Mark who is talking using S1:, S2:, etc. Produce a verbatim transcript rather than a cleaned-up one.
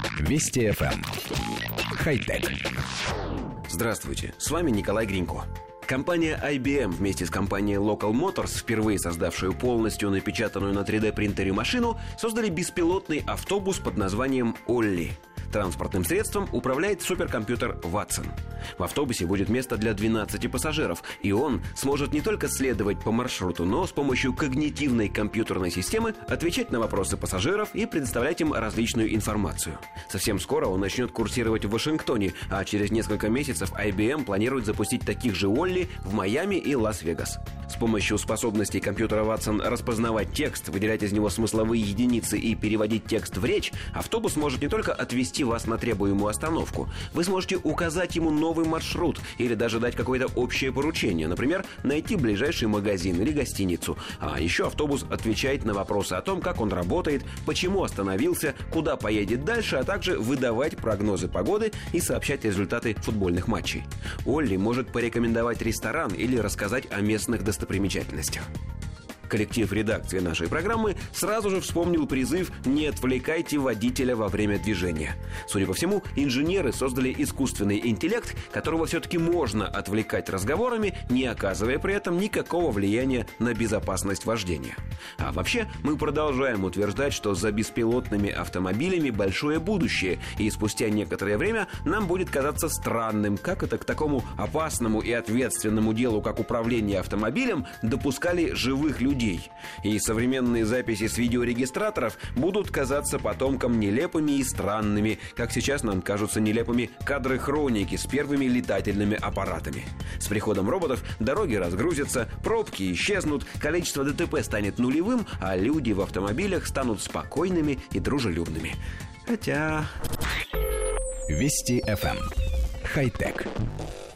S1: Вести эф эм. Хай-тек.
S2: Здравствуйте, с вами Николай Гринько. Компания ай би эм вместе с компанией Local Motors, впервые создавшую полностью напечатанную на три дэ принтере машину, создали беспилотный автобус под названием «Олли». Транспортным средством управляет суперкомпьютер Watson. В автобусе будет место для двенадцати пассажиров, и он сможет не только следовать по маршруту, но с помощью когнитивной компьютерной системы отвечать на вопросы пассажиров и предоставлять им различную информацию. Совсем скоро он начнет курсировать в Вашингтоне, а через несколько месяцев ай би эм планирует запустить таких же Олли в Майами и Лас-Вегас. С помощью способностей компьютера Watson распознавать текст, выделять из него смысловые единицы и переводить текст в речь, автобус может не только отвезти вас на требуемую остановку, вы сможете указать ему новый маршрут или даже дать какое-то общее поручение, например, найти ближайший магазин или гостиницу. А еще автобус отвечает на вопросы о том, как он работает, почему остановился, куда поедет дальше, а также выдавать прогнозы погоды и сообщать результаты футбольных матчей. Олли может порекомендовать ресторан или рассказать о местных достопримечательностях. Коллектив редакции нашей программы сразу же вспомнил призыв «Не отвлекайте водителя во время движения». Судя по всему, инженеры создали искусственный интеллект, которого все-таки можно отвлекать разговорами, не оказывая при этом никакого влияния на безопасность вождения. А вообще, мы продолжаем утверждать, что за беспилотными автомобилями большое будущее, и спустя некоторое время нам будет казаться странным, как это к такому опасному и ответственному делу, как управление автомобилем, допускали живых людей. И современные записи с видеорегистраторов будут казаться потомкам нелепыми и странными, как сейчас нам кажутся нелепыми кадры хроники с первыми летательными аппаратами. С приходом роботов дороги разгрузятся, пробки исчезнут, количество дэ тэ пэ станет нулевым, а люди в автомобилях станут спокойными и дружелюбными. Хотя...
S1: Вести эф эм. Хай-тек.